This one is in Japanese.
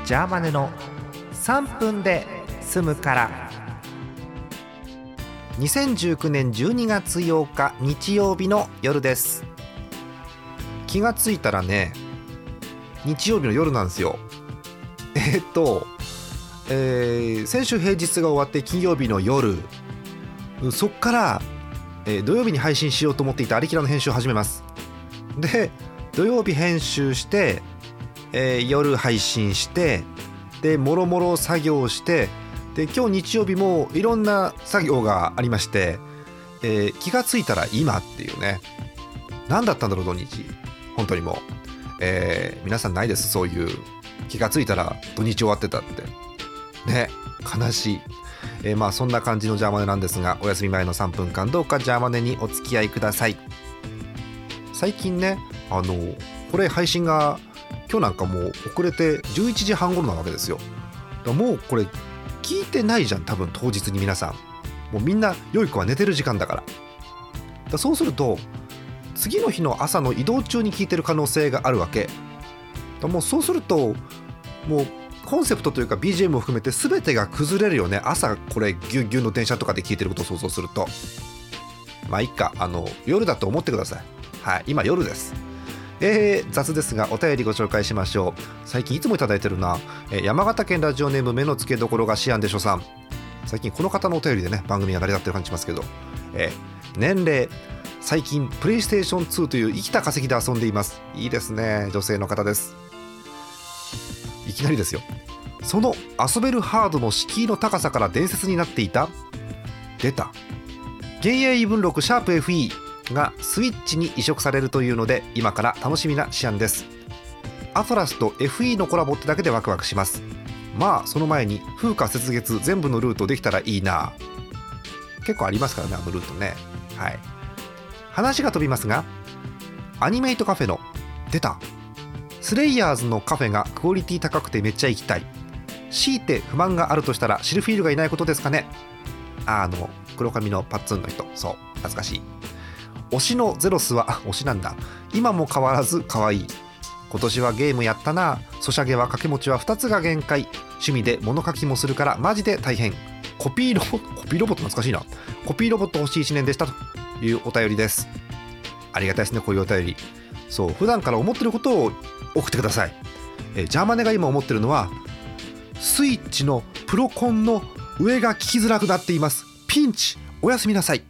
ジャーマネの3分で済むから。2019年12月8日日曜日の夜です。気がついたらね、日曜日の夜なんですよ。先週平日が終わって金曜日の夜、そっから、土曜日に配信しようと思っていたアリキラの編集を始めます。で土曜日編集して、夜配信して、でもろもろ作業して、で今日日曜日もいろんな作業がありまして、気がついたら今っていうね。何だったんだろう土日、本当にもう、皆さんないです？そういう気がついたら土日終わってたってね、悲しい。まあそんな感じのジャーマネなんですが、お休み前の3分間どうかジャーマネにお付き合いください。最近ね、これ配信が今日なんかもう遅れて11時半頃なわけですよ。だもうこれ聞いてないじゃん、多分当日に皆さん。もうみんな良い子は寝てる時間だから。そうすると次の日の朝の移動中に聞いてる可能性があるわけだ。もうそうするともうコンセプトというか BGM を含めて全てが崩れるよね。朝これギュッギュッの電車とかで聞いてることを想像すると、まあいっか、夜だと思ってください。はい、今夜です。雑ですがお便りご紹介しましょう。最近いつもいただいてるな。山形県ラジオネーム目の付けどころがシアンでしょさん。最近この方のお便りでね番組が成り立ってる感じしますけど、年齢最近プレイステーション2という生きた化石で遊んでいます。いいですね、女性の方です。いきなりですよ。その遊べるハードの敷居の高さから伝説になっていた出た幻影異聞録シャープ FE がスイッチに移植されるというので、今から楽しみなシアンです。アトラスと FE のコラボってだけでワクワクします。まあその前に風化雪月全部のルートできたらいいな。結構ありますからね、ルートね。はい、話が飛びますが、アニメイトカフェの出たスレイヤーズのカフェがクオリティ高くてめっちゃ行きたい。強いて不満があるとしたらシルフィールがいないことですかね。黒髪のパッツンの人、そう懐かしい。推しのゼロスは推しなんだ。今も変わらず可愛い。今年はゲームやったな。ソシャゲは掛け持ちは2つが限界。趣味で物書きもするからマジで大変。コピーロボット懐かしいな。コピーロボット欲しい1年でしたというお便りです。ありがたいですね、こういうお便り。そう普段から思ってることを送ってください。ジャーマネが今思ってるのは、スイッチのプロコンの上が聞きづらくなっています。ピンチ、おやすみなさい。